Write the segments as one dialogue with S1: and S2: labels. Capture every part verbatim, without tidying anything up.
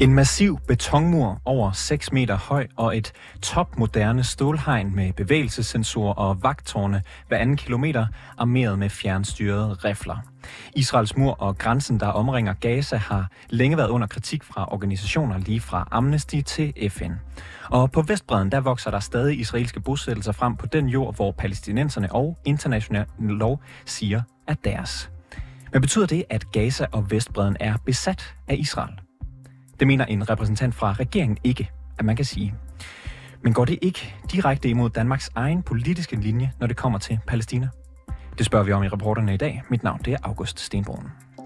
S1: En massiv betonmur over seks meter høj og et topmoderne stålhegn med bevægelsessensorer og vagttårne hver anden kilometer armeret med fjernstyrede rifler. Israels mur og grænsen, der omringer Gaza, har længe været under kritik fra organisationer lige fra Amnesty til F N. Og på Vestbredden, der vokser der stadig israelske bosættelser frem på den jord, hvor palæstinenserne og international lov siger er deres. Men betyder det, at Gaza og Vestbredden er besat af Israel? Det mener en repræsentant fra regeringen ikke, at man kan sige. Men går det ikke direkte imod Danmarks egen politiske linje, når det kommer til Palæstina? Det spørger vi om i reporterne i dag. Mit navn det er August Stenbroen.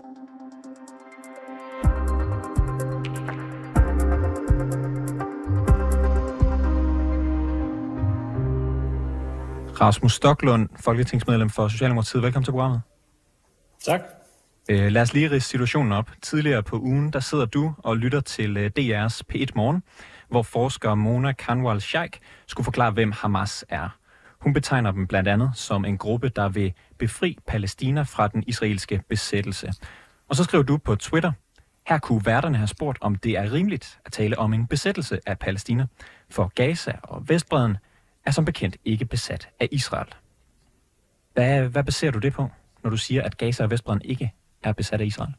S1: Rasmus Stoklund, folketingsmedlem for Socialdemokratiet. Velkommen til programmet.
S2: Tak.
S1: Øh, lad os lige ridse situationen op. Tidligere på ugen, der sidder du og lytter til D R's P et Morgen, hvor forsker Mona Kanwal-Sheikh skulle forklare, hvem Hamas er. Hun betegner dem blandt andet som en gruppe, der vil befri Palæstina fra den israelske besættelse. Og så skrev du på Twitter: her kunne værterne have spurgt, om det er rimeligt at tale om en besættelse af Palæstina, for Gaza og Vestbredden er som bekendt ikke besat af Israel. Hvad, hvad baserer du det på, når du siger, at Gaza og Vestbredden ikke er besat af Israel?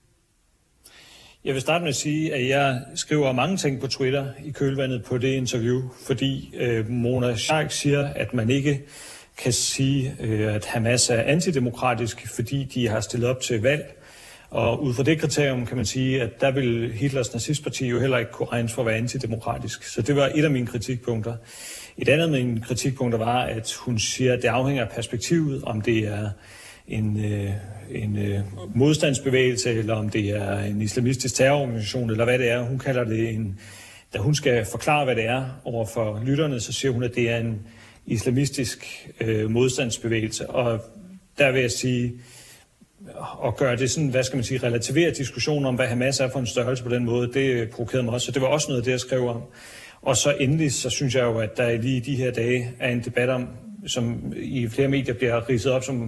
S2: Jeg vil starte med at sige, at jeg skriver mange ting på Twitter i kølvandet på det interview, fordi øh, Mona Sheikh siger, at man ikke kan sige, øh, at Hamas er antidemokratisk, fordi de har stillet op til valg. Og ud fra det kriterium kan man sige, at der vil Hitlers nazistparti jo heller ikke kunne regnes for at være antidemokratisk. Så det var et af mine kritikpunkter. Et andet af mine kritikpunkter var, at hun siger, at det afhænger af perspektivet, om det er en, øh, en øh, modstandsbevægelse, eller om det er en islamistisk terrororganisation, eller hvad det er. Hun kalder det en, da hun skal forklare, hvad det er over for lytterne, så siger hun, at det er en islamistisk øh, modstandsbevægelse. Og der vil jeg sige, at gøre det sådan, hvad skal man sige, relativere diskussionen om, hvad Hamas er for en størrelse på den måde, det provokerede mig også. Så det var også noget af det, jeg skrev om. Og så endelig, så synes jeg jo, at der lige i de her dage er en debat om, som i flere medier bliver ridset op som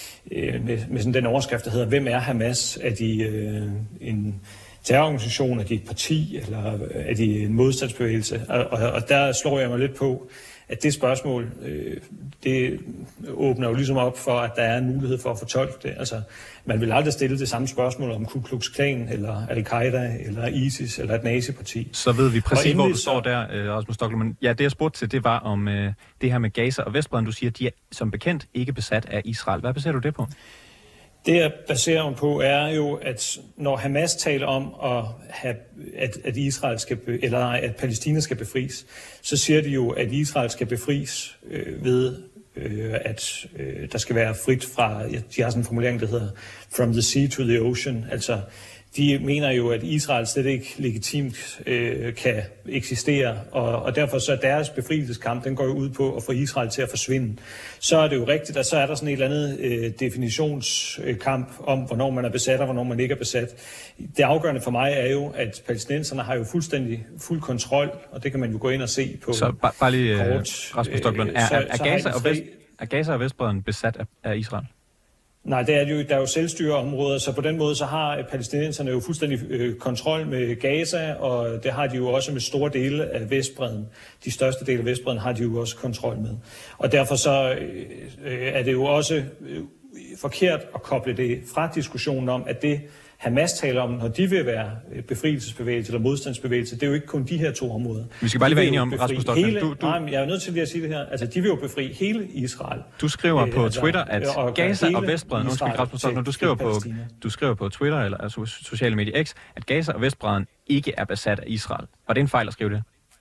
S2: øh, med, med sådan den overskrift, der hedder, hvem er Hamas? Er de øh, en terrororganisation? Er de et parti? Eller er de en modstandsbevægelse? Og, og, og der slår jeg mig lidt på, at det spørgsmål, øh, det åbner jo ligesom op for, at der er en mulighed for at fortolke det. Altså, man vil aldrig stille det samme spørgsmål om Ku Klux Klan, eller Al-Qaida, eller ISIS, eller et naziparti.
S1: Så ved vi præcis, hvor du står der, Rasmus Stoklund. Men ja, det jeg spurgte til, det var om øh, det her med Gaza og Vestbredden. Du siger, at de er som bekendt ikke besat af Israel. Hvad baserer du det på?
S2: Det, jeg baserer mig på, er jo, at når Hamas taler om, at, have, at, at Israel skal, eller nej, at Palæstina skal befries, så siger de jo, at Israel skal befries øh, ved, øh, at øh, der skal være frit fra, de har sådan en formulering, der hedder from the sea to the ocean, altså de mener jo, at Israel slet ikke legitimt øh, kan eksistere, og, og derfor så er deres befrielseskamp, den går jo ud på at få Israel til at forsvinde. Så er det jo rigtigt, at så er der sådan et eller andet øh, definitionskamp om, hvornår man er besat og hvornår man ikke er besat. Det afgørende for mig er jo, at palæstinenserne har jo fuldstændig fuld kontrol, og det kan man jo gå ind og se på.
S1: Så bare, bare lige, kort, Rasmus Stoklund, er, er, er, Gaza og Vest, er Gaza og Vestbredden besat af, af Israel?
S2: Nej, det er jo, der er jo selvstyreområder, så på den måde så har palæstinenserne jo fuldstændig øh, kontrol med Gaza, og det har de jo også med store dele af Vestbredden. De største dele af Vestbredden har de jo også kontrol med. Og derfor så øh, er det jo også øh, forkert at koble det fra diskussionen om, at det Hamas taler om, når de vil være befrielsesbevægelse eller modstandsbevægelse, det er jo ikke kun de her to områder.
S1: Vi skal bare lige være enige om, Rasmus Stoklund. Du, du...
S2: Nej, jeg er nødt til lige at sige det her. Altså, de vil jo befri hele Israel.
S1: Du skriver på altså, Twitter, at Gaza og Vestbredden, undskyld, Rasmus Stoklund, du skriver på, du skriver på Twitter, eller altså sociale medier X, at Gaza og Vestbredden ikke er besat af Israel. Og det er en fejl at skrive det?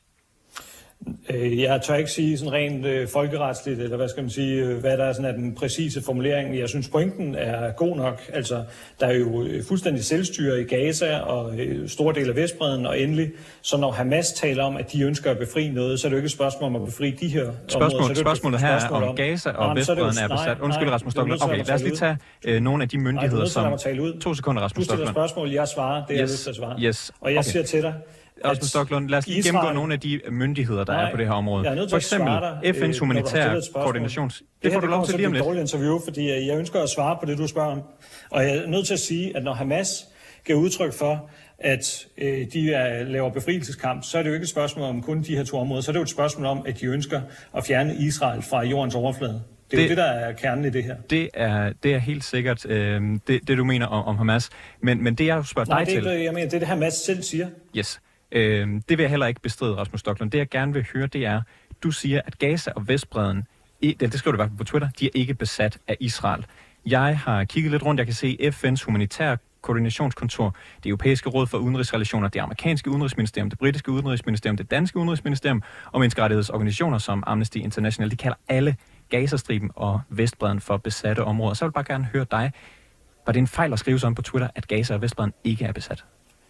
S2: Jeg tør ikke sige sådan rent øh, folkeretsligt, eller hvad skal man sige, hvad der er sådan af den præcise formulering. Jeg synes, pointen er god nok. Altså, der er jo fuldstændig selvstyre i Gaza og øh, store dele af Vestbredden, og endelig, så når Hamas taler om, at de ønsker at befri noget, så er det jo ikke et spørgsmål om at befri de her
S1: Spørgsmål,
S2: områder.
S1: Spørgsmålet her er, om Gaza og nej, Vestbredden er, er besat. Undskyld, Rasmus Stoklund. Okay, lad os lige tage øh, nogle af de myndigheder, nej, som... To sekunder, Rasmus Stoklund.
S2: Du stiller spørgsmål, jeg svarer, det er yes. jeg lyst til at svare.
S1: Yes.
S2: Og jeg okay. siger til dig,
S1: Rasmus Stoklund, lad os lige Israel... gennemgå nogle af de myndigheder, der nej, er på det her område. For eksempel F N's humanitære koordinations... Det får du lov til lige om lidt.
S2: Det er et dårligt interview, fordi jeg ønsker at svare på det, du spørger om. Og jeg er nødt til at sige, at når Hamas giver udtryk for, at øh, de er, laver befrielseskamp, så er det jo ikke et spørgsmål om kun de her to områder. Så er det jo et spørgsmål om, at de ønsker at fjerne Israel fra jordens overflade. Det er det, jo det, der er kernen i det her.
S1: Det er, det er helt sikkert øh, det, det, du mener om, om Hamas. Men, men det, jeg spørger
S2: Nej,
S1: dig
S2: det er,
S1: til...
S2: Nej, jeg mener, det er det, Hamas selv siger.
S1: Yes. Øh, det vil jeg heller ikke bestride, Rasmus Stoklund. Det, jeg gerne vil høre, det er, du siger, at Gaza og Vestbredden, det skriver du i hvert fald på Twitter, de er ikke besat af Israel. Jeg har kigget lidt rundt. Jeg kan se F N's humanitære koordinationskontor, det europæiske råd for udenrigsrelationer, det amerikanske udenrigsministerium, det britiske udenrigsministerium, det danske udenrigsministerium og menneskerettighedsorganisationer som Amnesty International. De kalder alle Gazastriben og Vestbredden for besatte områder. Så vil jeg bare gerne høre dig. Var det en fejl at skrive sådan på Twitter, at Gaza og Vestbredden ikke er besat?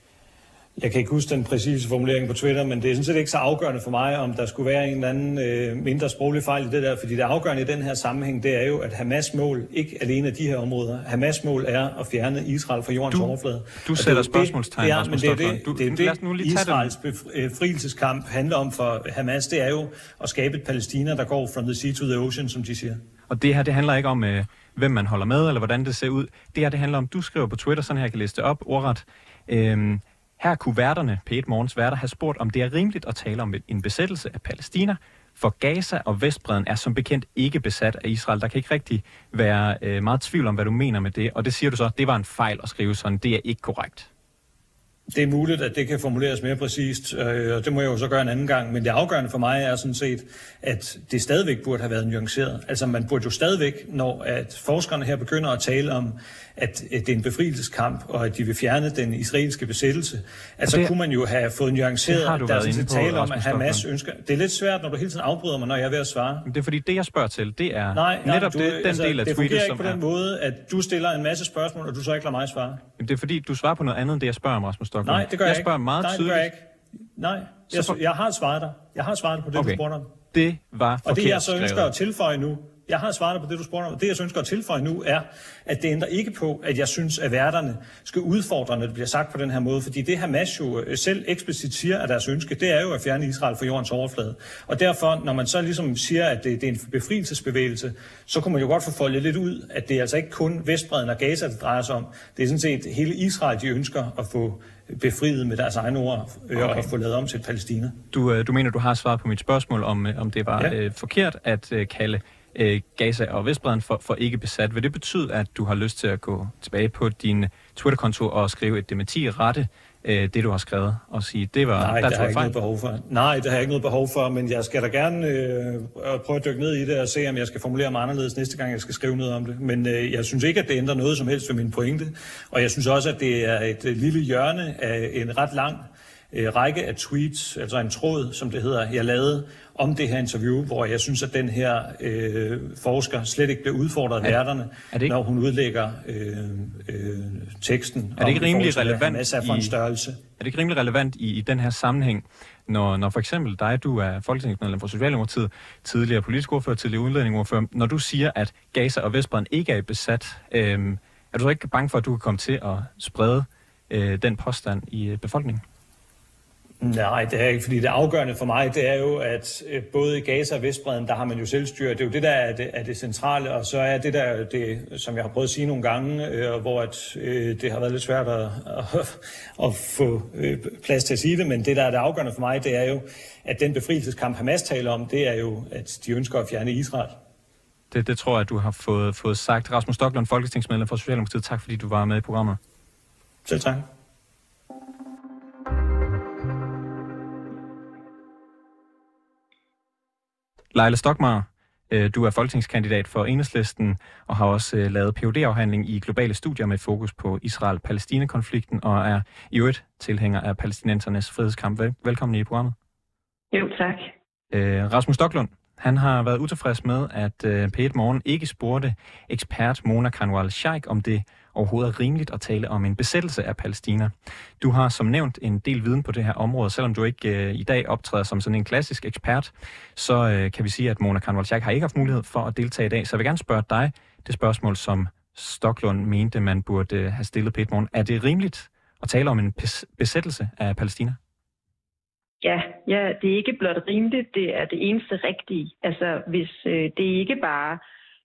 S2: Jeg kan ikke huske den præcise formulering på Twitter, men det er sådan set ikke så afgørende for mig, om der skulle være en eller anden øh, mindre sproglig fejl i det der, fordi det afgørende i den her sammenhæng, det er jo, at Hamas mål ikke alene af de her områder. Hamas mål er at fjerne Israel fra jordens
S1: du,
S2: overflade.
S1: Du sætter spørgsmålstegn,
S2: ja,
S1: Rasmus
S2: men det er
S1: det,
S2: det, det, det, det, det Israels befrielseskamp handler om for Hamas, det er jo at skabe et Palæstina, der går from the sea to the ocean, som de siger.
S1: Og det her, det handler ikke om, øh, hvem man holder med, eller hvordan det ser ud. Det her, det handler om, du skriver på Twitter, sådan her, jeg kan læse det op, ordret. Øh, Her kunne værterne, P et Morgens værter, have spurgt, om det er rimeligt at tale om en besættelse af Palæstina, for Gaza og Vestbredden er som bekendt ikke besat af Israel. Der kan ikke rigtig være øh, meget tvivl om, hvad du mener med det, og det siger du så, det var en fejl at skrive sådan, det er ikke korrekt.
S2: Det er muligt, at det kan formuleres mere præcist, og det må jeg jo så gøre en anden gang. Men det afgørende for mig er sådan set, at det stadigvæk burde have været nuanceret. Altså man burde jo stadigvæk, når at forskerne her begynder at tale om, at det er en befrielseskamp, og at de vil fjerne den israelske besættelse, at så det, kunne man jo have fået nuanceret, at der er sådan set tale om, at Hamas ønsker... Det er lidt svært, når du hele tiden afbryder mig, når jeg er ved at svare.
S1: Det er fordi, det jeg spørger til, det er
S2: nej, nej,
S1: netop
S2: du,
S1: det, den
S2: altså,
S1: del af
S2: det
S1: tweetet,
S2: som
S1: som
S2: ikke på den måde, at du stiller en masse spørgsmål, og du så ikke lader mig svare.
S1: Det er fordi, du svarer på noget andet, end det jeg spørger om, Rasmus Stoklund.
S2: Nej, det gør jeg,
S1: jeg spørger
S2: ikke.
S1: meget
S2: Nej,
S1: tydeligt.
S2: det gør jeg ikke. Nej, jeg, for... jeg har svaret dig. Jeg har svaret på det, okay. Du spurgte om.
S1: Det var forkert.
S2: Og det, jeg så ønsker
S1: skrevet.
S2: at tilføje nu, jeg har svaret på det, du spurgte om. Det, jeg så ønsker at tilføje nu, er, at det ændrer ikke på, at jeg synes, at værterne skal udfordre, når det bliver sagt på den her måde. Fordi det Hamas jo selv eksplicit siger, at deres ønske, det er jo at fjerne Israel fra jordens overflade. Og derfor, når man så ligesom siger, at det, det er en befrielsesbevægelse, så kunne man jo godt få foldet lidt ud, at det er altså ikke kun Vestbredden og Gaza, det drejer sig om. Det er sådan set hele Israel, de ønsker at få befriet med deres egne ord, øh, okay. og få lavet om til et Palæstina.
S1: Du, du mener, du har svaret på mit spørgsmål, om, om det var ja. øh, forkert at øh, kalde øh, Gaza og Vestbredden for, for ikke besat. Vil det betyde, at du har lyst til at gå tilbage på din Twitter-konto og skrive et dementi rette øh, det, du har skrevet, og sige, det var...
S2: Nej,
S1: der
S2: det har jeg ikke noget behov for. Nej, det har jeg ikke noget behov for, men jeg skal da gerne øh, prøve at dykke ned i det og se, om jeg skal formulere mig anderledes næste gang, jeg skal skrive noget om det. Men øh, jeg synes ikke, at det ændrer noget som helst ved min pointe, og jeg synes også, at det er et øh, lille hjørne af en ret lang øh, række af tweets, altså en tråd, som det hedder, jeg lavede om det her interview, hvor jeg synes, at den her øh, forsker slet ikke bliver udfordret af værterne, når hun udlægger øh, øh, teksten.
S1: Er det ikke rimelig relevant
S2: i, for en størrelse.
S1: Er det ikke rimelig relevant i, i den her sammenhæng, når, når for eksempel dig, du er folketingsmedlem for Socialdemokratiet, tidligere politisk ordfører, tidligere udlændingeordfører, når du siger, at Gaza og Vestbredden ikke er besat, øh, er du så ikke bange for, at du kan komme til at sprede øh, den påstand i befolkningen?
S2: Nej, det er ikke, fordi det afgørende for mig, det er jo, at både i Gaza og Vestbredden, der har man jo selvstyre. Det er jo det, der er det, er det centrale, og så er det der, det, som jeg har prøvet at sige nogle gange, øh, hvor at, øh, det har været lidt svært at, at, at få øh, plads til at sige det, men det, der er det afgørende for mig, det er jo, at den befrielseskamp, Hamas taler om, det er jo, at de ønsker at fjerne Israel.
S1: Det, det tror jeg, du har fået, fået sagt. Rasmus Stoklund, folketingsmedlem for Socialdemokratiet, tak fordi du var med i programmet.
S2: Selv tak.
S1: Leila Stokmar, du er folketingskandidat for Enhedslisten og har også lavet P H D-afhandling i globale studier med fokus på Israel-Palæstina-konflikten og er i øvrigt tilhænger af palæstinensernes frihedskamp. Velkommen i programmet.
S3: Jo, tak.
S1: Rasmus Stoklund, han har været utilfreds med, at P et Morgen ikke spurgte ekspert Mona Kanwal-Sheikh, om det overhovedet er rimeligt at tale om en besættelse af Palæstina. Du har som nævnt en del viden på det her område, selvom du ikke øh, i dag optræder som sådan en klassisk ekspert, så øh, kan vi sige, at Mona Kanwal-Sheikh har ikke haft mulighed for at deltage i dag. Så jeg vil gerne spørge dig det spørgsmål, som Stoklund mente, man burde øh, have stillet P et Morgen. Er det rimeligt at tale om en besættelse af Palæstina?
S3: Ja, ja, det er ikke blot rimeligt, det er det eneste rigtige. Altså, hvis øh, det er ikke bare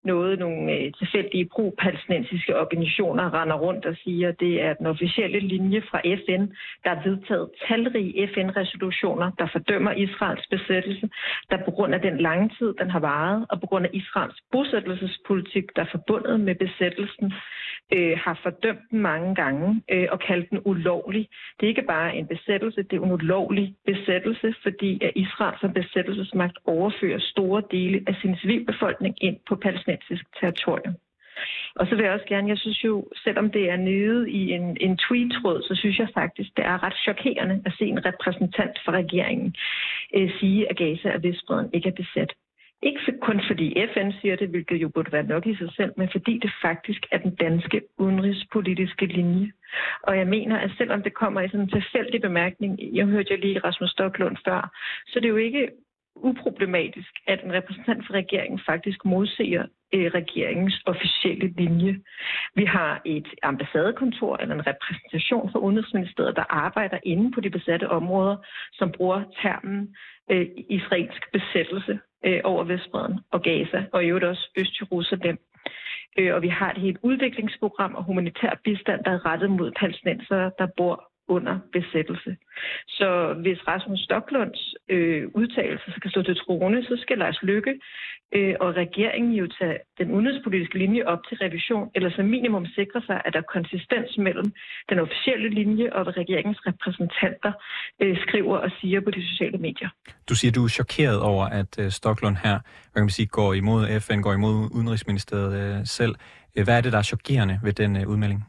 S3: noget, nogle øh, tilfældige pro-palæstinensiske organisationer render rundt og siger, det er den officielle linje fra F N, der er vedtaget talrige F N-resolutioner, der fordømmer Israels besættelse, der på grund af den lange tid, den har varet, og på grund af Israels bosættelsespolitik, der er forbundet med besættelsen, øh, har fordømt den mange gange øh, og kaldt den ulovlig. Det er ikke bare en besættelse, det er en ulovlig besættelse, fordi at Israel som besættelsesmagt overfører store dele af sin civilbefolkning ind på palæstinensisk territorium. Og så vil jeg også gerne, jeg synes jo, selvom det er nede i en, en tweet-tråd, så synes jeg faktisk, det er ret chokerende at se en repræsentant for regeringen øh, sige, at Gaza og Vestbredden ikke er besat. Ikke for, kun fordi F N siger det, hvilket jo burde være nok i sig selv, men fordi det faktisk er den danske udenrigspolitiske linje. Og jeg mener, at selvom det kommer i sådan en tilfældig bemærkning, jeg hørte jo lige Rasmus Stoklund før, så det er jo ikke uproblematisk, at en repræsentant for regeringen faktisk modsiger øh, regeringens officielle linje. Vi har et ambassadekontor eller en repræsentation for Udenrigsministeriet, der arbejder inde på de besatte områder, som bruger termen øh, israelsk besættelse øh, over Vestbredden og Gaza, og i øvrigt også Øst-Jerusalem. Øh, og vi har et helt udviklingsprogram og humanitær bistand, der er rettet mod palæstinensere, der bor under besættelse. Så hvis Rasmus Stoklunds øh, udtalelse skal stå til troende, så skal Lars Løkke øh, og regeringen jo tage den udenrigspolitiske linje op til revision, eller som minimum sikre sig, at der er konsistens mellem den officielle linje og hvad regeringens repræsentanter øh, skriver og siger på de sociale medier.
S1: Du siger, du er chokeret over, at øh, Stoklund her, hvad kan man sige, går imod F N, går imod Udenrigsministeriet øh, selv. Hvad er det, der er chokerende ved den øh, udmelding?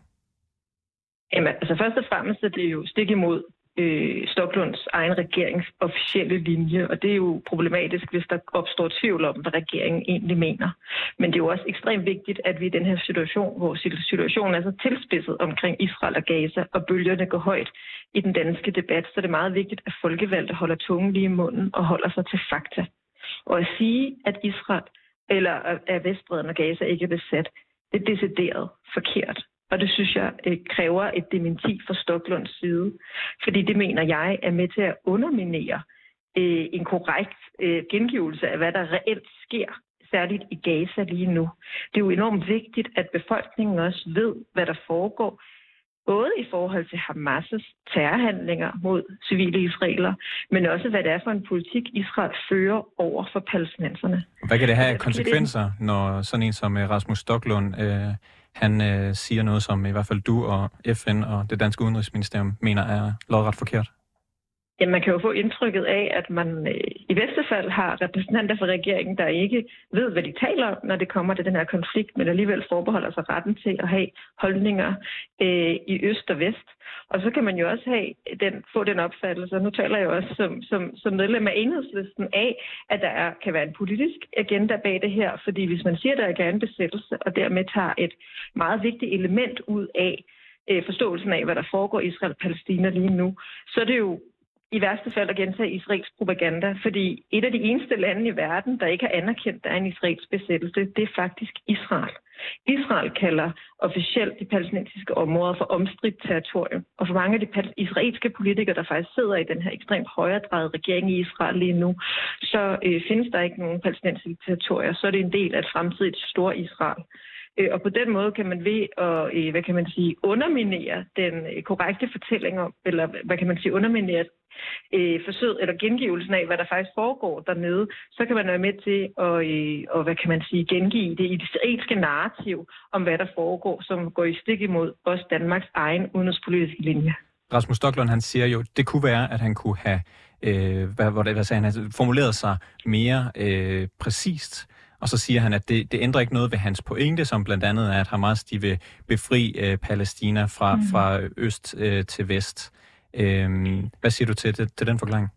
S3: Jamen, altså først og fremmest er det jo stik imod øh, Stoklunds egen regerings officielle linje, og det er jo problematisk, hvis der opstår tvivl om, hvad regeringen egentlig mener. Men det er jo også ekstremt vigtigt, at vi i den her situation, hvor situationen er så tilspidset omkring Israel og Gaza, og bølgerne går højt i den danske debat, så det er meget vigtigt, at folkevalgte holder tungen lige i munden og holder sig til fakta. Og at sige, at Israel eller at Vestbredden og Gaza ikke er besat, det er decideret forkert. Og det synes jeg øh, kræver et dementi fra Stoklunds side. Fordi det mener jeg er med til at underminere øh, en korrekt øh, gengivelse af, hvad der reelt sker, særligt i Gaza lige nu. Det er jo enormt vigtigt, at befolkningen også ved, hvad der foregår, både i forhold til Hamas' terrorhandlinger mod civile israelere, men også hvad det er for en politik, Israel fører over for palæstinenserne.
S1: Hvad kan det have af konsekvenser, når sådan en som Rasmus Stoklund øh, han øh, siger noget, som i hvert fald du og F N og det danske udenrigsministerium mener er lodret forkert?
S3: Jamen, man kan jo få indtrykket af, at man øh, i bedste fald har repræsentanter for regeringen, der ikke ved, hvad de taler om, når det kommer til den her konflikt, men alligevel forbeholder sig retten til at have holdninger øh, i øst og vest. Og så kan man jo også have den, få den opfattelse, og nu taler jeg jo også som, som, som medlem af Enhedslisten af, at der er, kan være en politisk agenda bag det her, fordi hvis man siger, at der er en besættelse, og dermed tager et meget vigtigt element ud af øh, forståelsen af, hvad der foregår i Israel og Palæstina lige nu, så er det jo i værste fald at gentage israelsk propaganda, fordi et af de eneste lande i verden, der ikke har anerkendt, at der er en israelsk besættelse, det er faktisk Israel. Israel kalder officielt de palæstinensiske områder for omstridt territorium. Og for mange af de israelske politikere, der faktisk sidder i den her ekstremt højredrejede regering i Israel lige nu, så øh, findes der ikke nogen palæstinensiske territorier. Så er det en del af et fremtidigt store Israel. Og på den måde kan man ved at, hvad kan man sige, underminere den korrekte fortælling om, eller hvad kan man sige, underminere øh, forsøget eller gengivelsen af, hvad der faktisk foregår dernede, så kan man være med til at, øh, og, hvad kan man sige, gengive det israelske narrativ om, hvad der foregår, som går i stik imod også Danmarks egen udenrigspolitiske linje.
S1: Rasmus Stoklund, han siger jo, det kunne være, at han kunne have øh, hvad, hvad, hvad sagde han, formuleret sig mere øh, præcist. Og så siger han, at det, det ændrer ikke noget ved hans pointe, som blandt andet er, at Hamas de vil befri øh, Palæstina fra, mm. fra øst øh, til vest. Øhm, hvad siger du til, til, til den forklaring?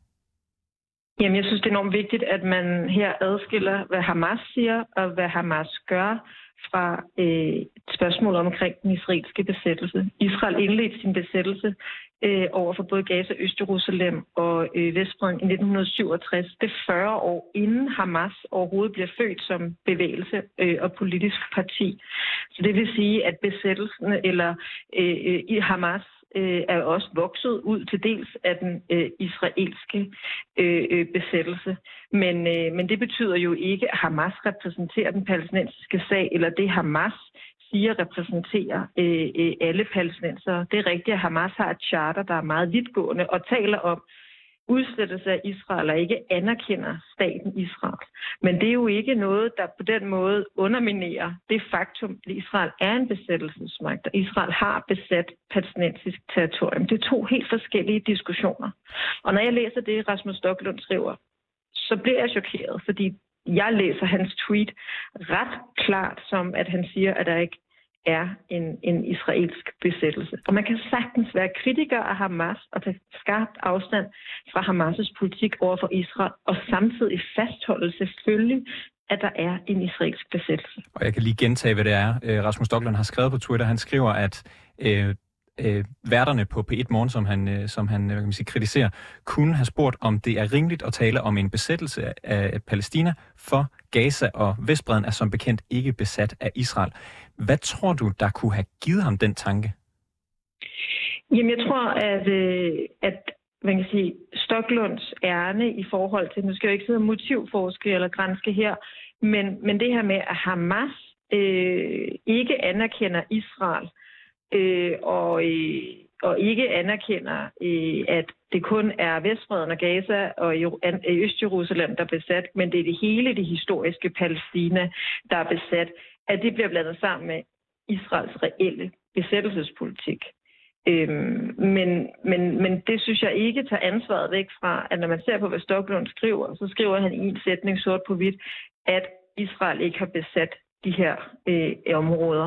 S3: Jamen, jeg synes, det er enormt vigtigt, at man her adskiller, hvad Hamas siger, og hvad Hamas gør fra øh, spørgsmålet omkring den israelske besættelse. Israel indledte sin besættelse øh, over for både Gaza, Øst-Jerusalem og øh, Vestbredden i nitten syvogtres. Det er fyrre år inden Hamas overhovedet bliver født som bevægelse øh, og politisk parti. Så det vil sige, at besættelsen eller øh, i Hamas øh, er også vokset ud til dels af den øh, israelske øh, øh, besættelse. Men, øh, men det betyder jo ikke, at Hamas repræsenterer den palæstinensiske sag, eller det Hamas siger repræsenterer øh, øh, alle palæstinensere. Det er rigtigt, at Hamas har et charter, der er meget vidtgående og taler om udslettelse af Israel og ikke anerkender staten Israel. Men det er jo ikke noget, der på den måde underminerer det faktum, at Israel er en besættelsesmagt, og Israel har besat palæstinensisk territorium. Det er to helt forskellige diskussioner. Og når jeg læser det, Rasmus Stoklund skriver, så bliver jeg chokeret, fordi jeg læser hans tweet ret klart som, at han siger, at der ikke er en, en israelsk besættelse. Og man kan sagtens være kritiker af Hamas og tage skarpt afstand fra Hamas' politik over for Israel, og samtidig fastholde selvfølgelig, at der er en israelsk besættelse.
S1: Og jeg kan lige gentage, hvad det er, Rasmus Stoklund har skrevet på Twitter. Han skriver, at øh, øh, værterne på P et Morgen, som han, øh, som han hvad kan man sige, kritiserer, kunne have spurgt, om det er rimeligt at tale om en besættelse af Palæstina, for Gaza og Vestbredden er som bekendt ikke besat af Israel. Hvad tror du, der kunne have givet ham den tanke?
S3: Jamen, jeg tror, at, øh, at man kan sige, Stoklunds ærne i forhold til, nu skal jeg ikke sidde og motivforske eller granske her, men, men det her med, at Hamas øh, ikke anerkender Israel, øh, og, øh, og ikke anerkender, øh, at det kun er Vestbredden og Gaza og Øst-Jerusalem, der er besat, men det er det hele det historiske Palæstina, der er besat, at det bliver blandet sammen med Israels reelle besættelsespolitik. Øhm, men, men, men det synes jeg ikke tager ansvaret væk fra, at når man ser på, hvad Stoklund skriver, så skriver han i en sætning sort på hvidt, at Israel ikke har besat de her øh, områder.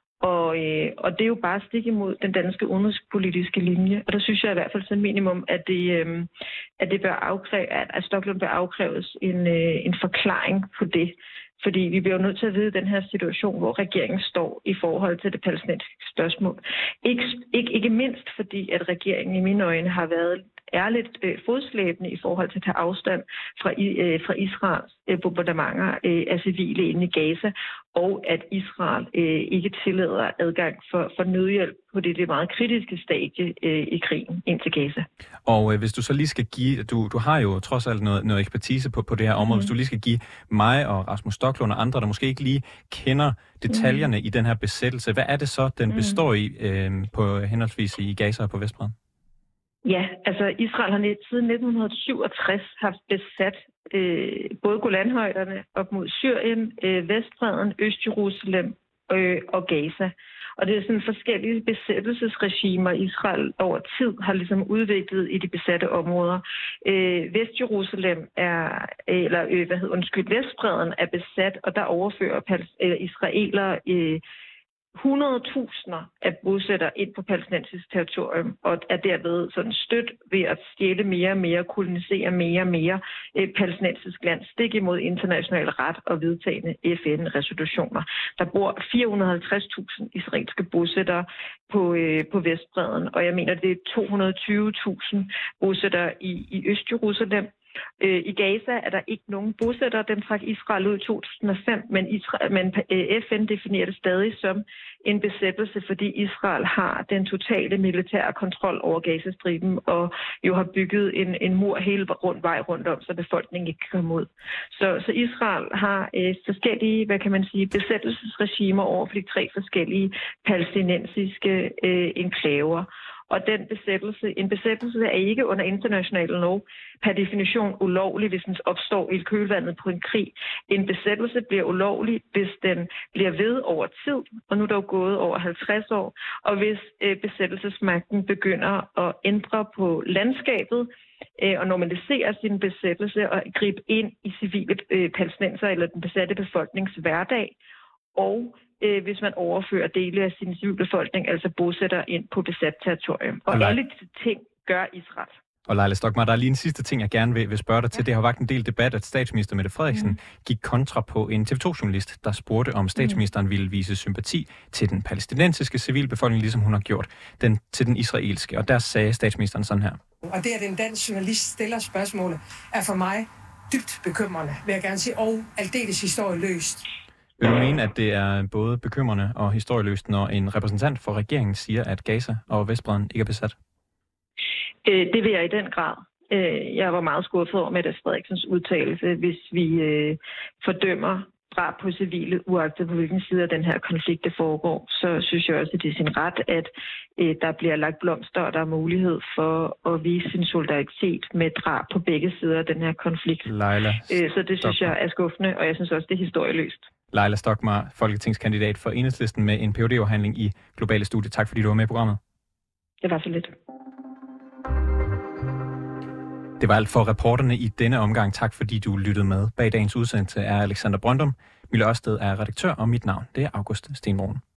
S3: Og, øh, og det er jo bare stik imod den danske udenrigspolitiske linje. Og der synes jeg i hvert fald som minimum, at det, øh, at det bør afkræve, at, at Stoklund bør afkræves en, øh, en forklaring på det. Fordi vi bliver jo nødt til at vide den her situation, hvor regeringen står i forhold til det palæstinensiske spørgsmål. Ikke, ikke, ikke mindst fordi, at regeringen i mine øjne har været ærligt øh, fodslæbende i forhold til at tage afstand fra, øh, fra Israels øh, bombardementer øh, af civile inde i Gaza, og at Israel øh, ikke tillader adgang for, for nødhjælp på det, det meget kritiske stadie øh, i krigen ind til Gaza.
S1: Og øh, hvis du så lige skal give, du, du har jo trods alt noget, noget ekspertise på, på det her område, mm. hvis du lige skal give mig og Rasmus Stoklund og andre, der måske ikke lige kender detaljerne mm. i den her besættelse, hvad er det så, den består i øh, på henholdsvis i Gaza og på Vestbredden?
S3: Ja, altså Israel har siden nitten syvogtres haft besat øh, både Golanhøjderne op mod Syrien, øh, Vestbredden, Øst-Jerusalem øh, og Gaza. Og det er sådan forskellige besættelsesregimer, Israel over tid har ligesom udviklet i de besatte områder. Øh, Vest-Jerusalem er, eller øh, hvad hedder undskyld, Vestbredden er besat, og der overfører pal- øh, israelere øh, hundredtusinder af bosættere ind på palæstinensisk territorium, og er derved sådan stødt ved at stjæle mere og mere, kolonisere mere og mere øh, palæstinensisk land, stik imod international ret og vedtagne F N-resolutioner. Der bor fire hundrede og halvtreds tusind israelske bosættere på, øh, på Vestbredden, og jeg mener, det er to hundrede og tyve tusind bosættere i, i Øst-Jerusalem. I Gaza er der ikke nogen bosættere. Den trak Israel ud i to tusind og fem, men, Israel, men F N definerer det stadig som en besættelse, fordi Israel har den totale militære kontrol over Gazastriben og jo har bygget en, en mur hele rundt vej rundt om, så befolkningen ikke kan komme ud. Så, så Israel har øh, forskellige, hvad kan man sige, besættelsesregimer over for de tre forskellige palæstinensiske øh, enklaver. Og den besættelse, en besættelse er ikke under international lov per definition ulovlig, hvis den opstår i kølvandet på en krig. En besættelse bliver ulovlig, hvis den bliver ved over tid, og nu er der jo gået over halvtreds år, og hvis øh, besættelsesmagten begynder at ændre på landskabet øh, og normalisere sin besættelse og gribe ind i civile øh, palæstinenser eller den besatte befolknings hverdag, og øh, hvis man overfører dele af sin civilbefolkning, altså bosætter ind på besat territorium. Og, og alle de ting gør Israel.
S1: Og Leila Stokmar, der er lige en sidste ting, jeg gerne vil, vil spørge dig til. Ja. Det har vakt en del debat, at statsminister Mette Frederiksen mm. gik kontra på en T V to-journalist, der spurgte, om statsministeren mm. ville vise sympati til den palæstinensiske civilbefolkning, ligesom hun har gjort den til den israelske. Og der sagde statsministeren sådan her.
S4: Og det, at en dansk journalist stiller spørgsmålet, er for mig dybt bekymrende, vil jeg gerne sige, og aldeles historieløst.
S1: Vil du mene, at det er både bekymrende og historieløst, når en repræsentant for regeringen siger, at Gaza og Vestbredden ikke er besat?
S3: Øh, det vil jeg i den grad. Øh, jeg var meget skuffet over Mette Frederiksens udtalelse, hvis vi øh, fordømmer drab på civile, uagtet på hvilken side af den her konflikt det foregår, så synes jeg også, at det er sin ret, at øh, der bliver lagt blomster, og der er mulighed for at vise sin solidaritet med drab på begge sider af den her konflikt.
S1: Leila
S3: øh, så det synes
S1: Stockmarr.
S3: jeg er skuffende, og jeg synes også, det er historieløst.
S1: Leila Stockmarr, folketingskandidat for Enhedslisten med en P H D-afhandling i Globale Studie. Tak fordi du var med i programmet.
S3: Det var så lidt.
S1: Det var alt for reporterne i denne omgang. Tak fordi du lyttede med. Bag dagens udsendelse er Alexander Brøndum. Mille Ørsted er redaktør, og mit navn det er August Stenbroen.